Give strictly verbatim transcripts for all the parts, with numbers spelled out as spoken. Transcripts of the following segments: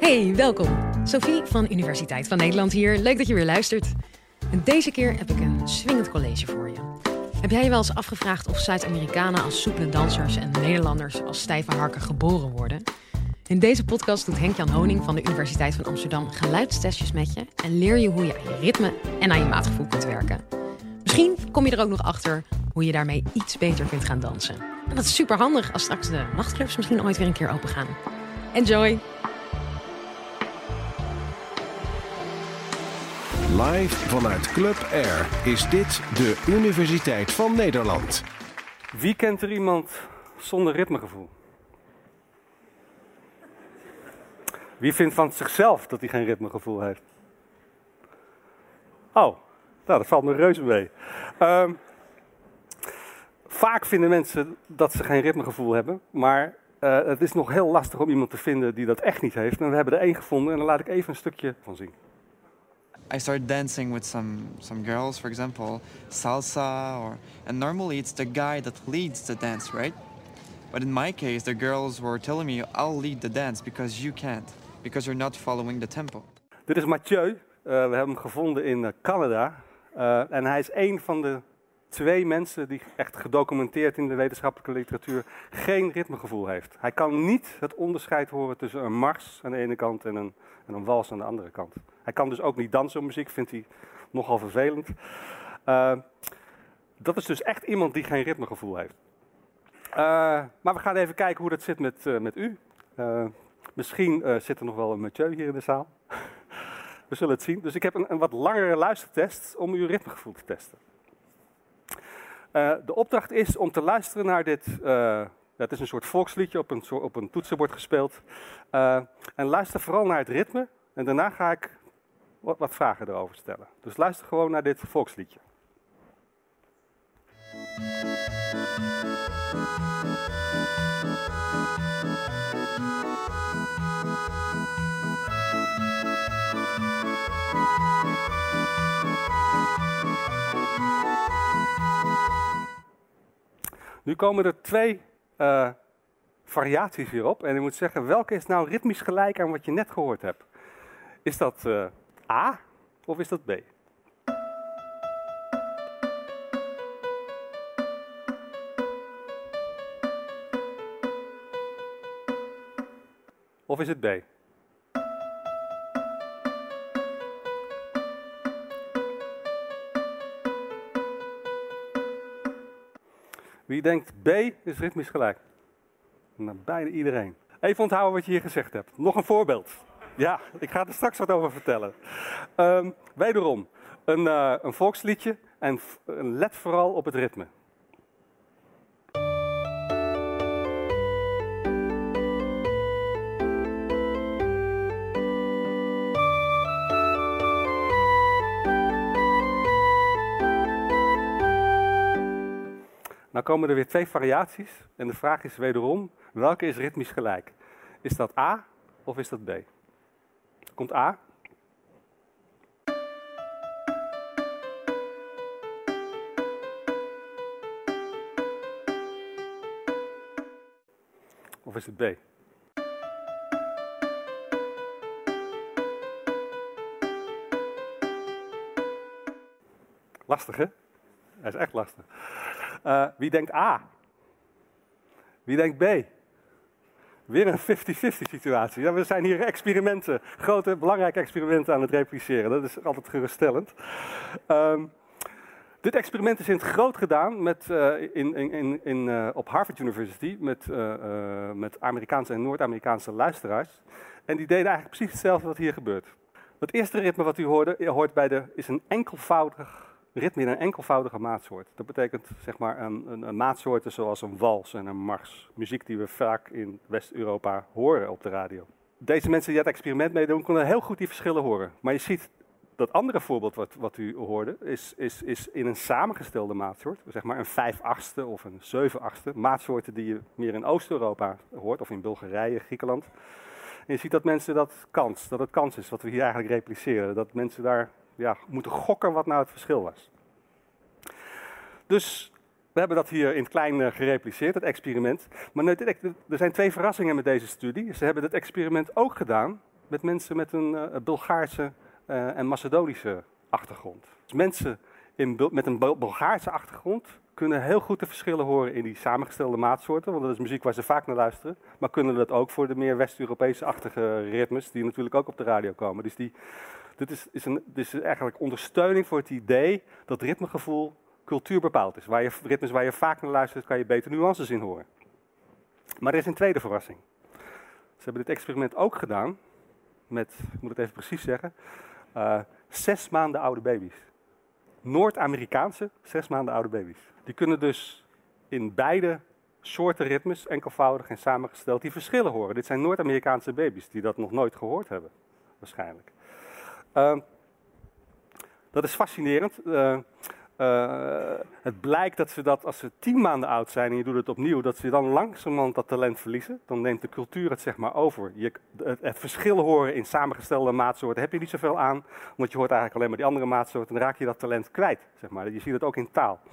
Hey, welkom. Sophie van Universiteit van Nederland hier. Leuk dat je weer luistert. En deze keer heb ik een swingend college voor je. Heb jij je wel eens afgevraagd of Zuid-Amerikanen als soepele dansers en Nederlanders als stijve harken geboren worden? In deze podcast doet Henk-Jan Honing van de Universiteit van Amsterdam geluidstestjes met je en leer je hoe je aan je ritme en aan je maatgevoel kunt werken. Misschien kom je er ook nog achter hoe je daarmee iets beter kunt gaan dansen. En dat is super handig als straks de nachtclubs misschien ooit weer een keer open gaan. Enjoy! Live vanuit Club Air is dit de Universiteit van Nederland. Wie kent er iemand zonder ritmegevoel? Wie vindt van zichzelf dat hij geen ritmegevoel heeft? Oh, nou dat valt me reuze mee. Um, vaak vinden mensen dat ze geen ritmegevoel hebben, maar uh, het is nog heel lastig om iemand te vinden die dat echt niet heeft. En we hebben er één gevonden en daar laat ik even een stukje van zien. I started dancing with some some girls, for example, salsa, or and normally it's the guy that leads the dance, right? But in my case, the girls were telling me, I'll lead the dance because you can't, because you're not following the tempo. Dit is Mathieu. Uh, we hebben hem gevonden in uh, Canada. Uh, en hij is één van de twee mensen die echt gedocumenteerd in de wetenschappelijke literatuur geen ritmegevoel heeft. Hij kan niet het onderscheid horen tussen een mars aan de ene kant en een, en een wals aan de andere kant. Hij kan dus ook niet dansen op muziek, vindt hij nogal vervelend. Uh, dat is dus echt iemand die geen ritmegevoel heeft. Uh, maar we gaan even kijken hoe dat zit met, uh, met u. Uh, misschien uh, zit er nog wel een Mathieu hier in de zaal. We zullen het zien. Dus ik heb een, een wat langere luistertest om uw ritmegevoel te testen. Uh, de opdracht is om te luisteren naar dit. Uh, het is een soort volksliedje op een, op een toetsenbord gespeeld. Uh, en luister vooral naar het ritme. En daarna ga ik wat, wat vragen erover stellen. Dus luister gewoon naar dit volksliedje. Nu komen er twee uh, variaties hierop. En je moet zeggen, welke is nou ritmisch gelijk aan wat je net gehoord hebt? Is dat uh, A of is dat B? Of is het B? Wie denkt B is ritmisch gelijk? Nou, bijna iedereen. Even onthouden wat je hier gezegd hebt. Nog een voorbeeld. Ja, ik ga er straks wat over vertellen. Um, wederom, een, uh, een volksliedje en let vooral op het ritme. Nou komen er weer twee variaties en de vraag is wederom, welke is ritmisch gelijk? Is dat A of is dat B? Komt A. Of is het B? Lastig, hè? Hij is echt lastig. Uh, wie denkt A? Wie denkt B? Weer een vijftig vijftig situatie. Ja, we zijn hier experimenten, grote, belangrijke experimenten aan het repliceren. Dat is altijd geruststellend. Um, dit experiment is in het groot gedaan met, uh, in, in, in, in, uh, op Harvard University met, uh, uh, met Amerikaanse en Noord-Amerikaanse luisteraars. En die deden eigenlijk precies hetzelfde wat hier gebeurt. Het eerste ritme wat u hoorde, hoort bij de, is een enkelvoudig ritme in een enkelvoudige maatsoort. Dat betekent zeg maar een, een, een maatsoorten zoals een wals en een mars. Muziek die we vaak in West-Europa horen op de radio. Deze mensen die het experiment meedoen, konden heel goed die verschillen horen. Maar je ziet dat andere voorbeeld wat, wat u hoorde, is, is, is in een samengestelde maatsoort. Zeg maar een vijf achtste of een zeven achtste. Maatsoorten die je meer in Oost-Europa hoort, of in Bulgarije, Griekenland. En je ziet dat mensen dat kans, dat het kans is wat we hier eigenlijk repliceren. Dat mensen daar ja, moeten gokken wat nou het verschil was. Dus we hebben dat hier in het klein uh, gerepliceerd, het experiment. Maar er zijn twee verrassingen met deze studie. Ze hebben het experiment ook gedaan met mensen met een uh, Bulgaarse uh, en Macedonische achtergrond. Dus mensen in, met een Bulgaarse achtergrond kunnen heel goed de verschillen horen in die samengestelde maatsoorten, want dat is muziek waar ze vaak naar luisteren, maar kunnen dat ook voor de meer West-Europese-achtige ritmes, die natuurlijk ook op de radio komen. Dus die, dit, is, is een, dit is eigenlijk ondersteuning voor het idee dat ritmegevoel cultuur bepaald is. Waar je, ritmes waar je vaak naar luistert, kan je beter nuances in horen. Maar er is een tweede verrassing. Ze hebben dit experiment ook gedaan met, ik moet het even precies zeggen, uh, zes maanden oude baby's. Noord-Amerikaanse zes maanden oude baby's. Die kunnen dus in beide soorten ritmes, enkelvoudig en samengesteld, die verschillen horen. Dit zijn Noord-Amerikaanse baby's die dat nog nooit gehoord hebben, waarschijnlijk. Uh, dat is fascinerend. Uh, Uh, het blijkt dat ze dat als ze tien maanden oud zijn en je doet het opnieuw, dat ze dan langzamerhand dat talent verliezen. Dan neemt de cultuur het zeg maar over. Je, het, het verschil horen in samengestelde maatsoorten heb je niet zoveel aan, want je hoort eigenlijk alleen maar die andere maatsoorten en dan raak je dat talent kwijt. Zeg maar. Je ziet het ook in taal.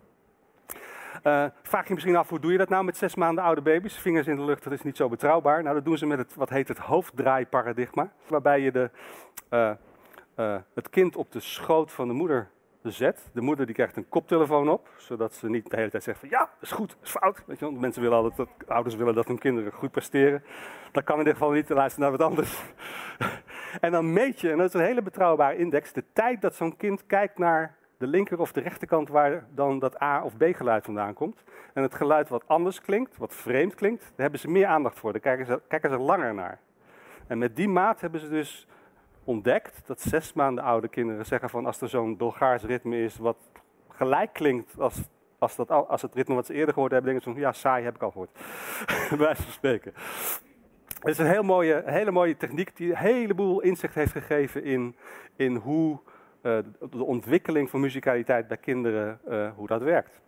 Uh, vraag je misschien af, hoe doe je dat nou met zes maanden oude baby's? Vingers in de lucht, dat is niet zo betrouwbaar. Nou, dat doen ze met het, wat heet het hoofddraaiparadigma, waarbij je de, uh, uh, het kind op de schoot van de moeder zet. De moeder die krijgt een koptelefoon op, zodat ze niet de hele tijd zegt van ja, dat is goed, dat is fout. Weet je wel? Mensen willen altijd, dat, ouders willen dat hun kinderen goed presteren. Dat kan in dit geval niet, te luisteren naar wat anders. En dan meet je, en dat is een hele betrouwbare index, de tijd dat zo'n kind kijkt naar de linker of de rechterkant waar dan dat A of B geluid vandaan komt. En het geluid wat anders klinkt, wat vreemd klinkt, daar hebben ze meer aandacht voor. Daar kijken ze, kijken ze langer naar. En met die maat hebben ze dus ontdekt dat zes maanden oude kinderen zeggen van als er zo'n Bulgaars ritme is wat gelijk klinkt als, als, dat, als het ritme wat ze eerder gehoord hebben, denken ze van ja, saai heb ik al gehoord. Bij wijze van spreken. Het is een heel mooie, hele mooie techniek die een heleboel inzicht heeft gegeven in, in hoe uh, de ontwikkeling van muzikaliteit bij kinderen, uh, hoe dat werkt.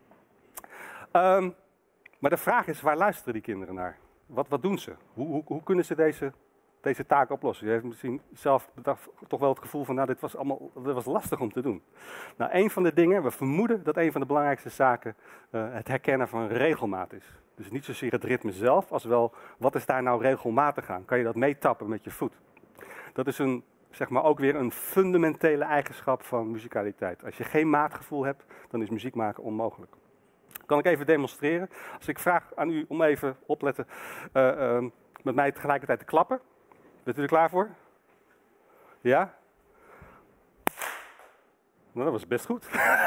Um, maar de vraag is, waar luisteren die kinderen naar? Wat, wat doen ze? Hoe, hoe, hoe kunnen ze deze deze taak oplossen? Je heeft misschien zelf bedacht, toch wel het gevoel van, nou, dit was allemaal, dit was lastig om te doen. Nou, een van de dingen, we vermoeden dat een van de belangrijkste zaken uh, het herkennen van regelmaat is. Dus niet zozeer het ritme zelf, als wel, wat is daar nou regelmatig aan? Kan je dat meetappen met je voet? Dat is een, zeg maar, ook weer een fundamentele eigenschap van muzikaliteit. Als je geen maatgevoel hebt, dan is muziek maken onmogelijk. Kan ik even demonstreren? Als ik vraag aan u om even opletten, uh, uh, met mij tegelijkertijd te klappen. Bent u er klaar voor? Ja? Nou, dat was best goed.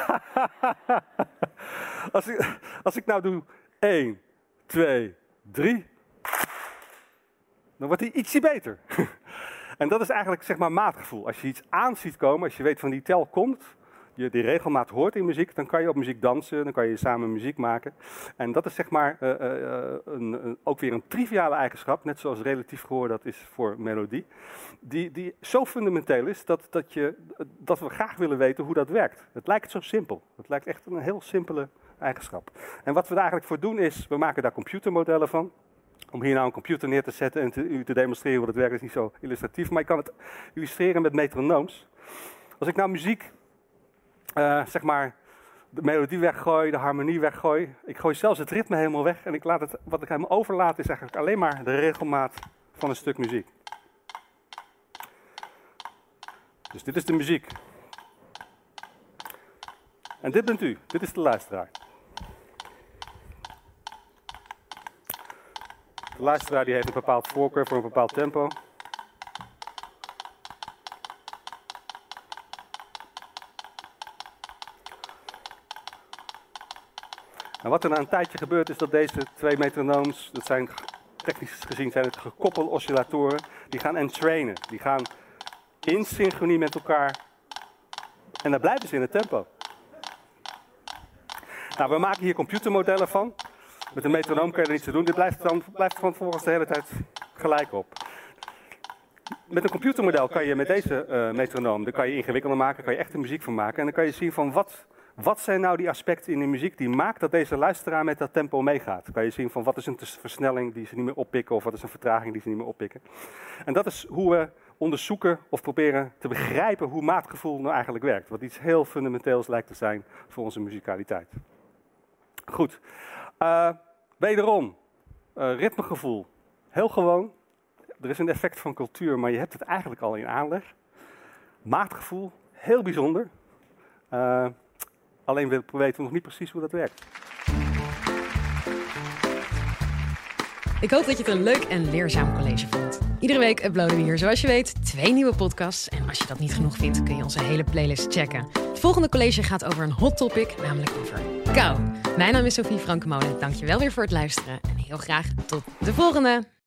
als, ik, als ik nou doe één, twee, drie, dan wordt hij ietsje beter. En dat is eigenlijk, zeg maar, maatgevoel. Als je iets aan ziet komen, als je weet van die tel komt, je die regelmaat hoort in muziek, dan kan je op muziek dansen, dan kan je samen muziek maken. En dat is, zeg maar, uh, uh, een, een, ook weer een triviale eigenschap, net zoals relatief gehoor dat is voor melodie, die, die zo fundamenteel is dat, dat, je, dat we graag willen weten hoe dat werkt. Het lijkt zo simpel. Het lijkt echt een heel simpele eigenschap. En wat we daar eigenlijk voor doen is, we maken daar computermodellen van. Om hier nou een computer neer te zetten en te, u te demonstreren hoe dat werkt is niet zo illustratief, maar ik kan het illustreren met metronooms. Als ik nou muziek, uh, zeg maar, de melodie weggooi, de harmonie weggooi, ik gooi zelfs het ritme helemaal weg en ik laat het, wat ik helemaal overlaat is eigenlijk alleen maar de regelmaat van een stuk muziek. Dus dit is de muziek. En dit bent u, dit is de luisteraar. De luisteraar die heeft een bepaald voorkeur voor een bepaald tempo. En wat er na een tijdje gebeurt is dat deze twee metronooms, dat zijn technisch gezien zijn het gekoppelde oscillatoren, die gaan entrainen. Die gaan in synchronie met elkaar en daar blijven ze in het tempo. Nou, we maken hier computermodellen van. Met een metronoom kun je er niets te doen. Dit blijft dan blijft gewoon volgens de hele tijd gelijk op. Met een computermodel kan je met deze uh, metronoom, daar kan je ingewikkelder maken, kan je echt muziek van maken. En dan kan je zien van wat, wat zijn nou die aspecten in de muziek die maakt dat deze luisteraar met dat tempo meegaat. Dan kan je zien van wat is een versnelling die ze niet meer oppikken of wat is een vertraging die ze niet meer oppikken. En dat is hoe we onderzoeken of proberen te begrijpen hoe maatgevoel nou eigenlijk werkt. Wat iets heel fundamenteels lijkt te zijn voor onze muzikaliteit. Goed. Uh, wederom, uh, ritmegevoel. Heel gewoon. er is een effect van cultuur, maar je hebt het eigenlijk al in aanleg. Maatgevoel, heel bijzonder. Uh, alleen weten we nog niet precies hoe dat werkt. Ik hoop dat je het een leuk en leerzaam college vond. Iedere week uploaden we hier, zoals je weet, twee nieuwe podcasts. En als je dat niet genoeg vindt, kun je onze hele playlist checken. Het volgende college gaat over een hot topic, namelijk over kou. Mijn naam is Sophie Frankemolen. Dank je wel weer voor het luisteren en heel graag tot de volgende!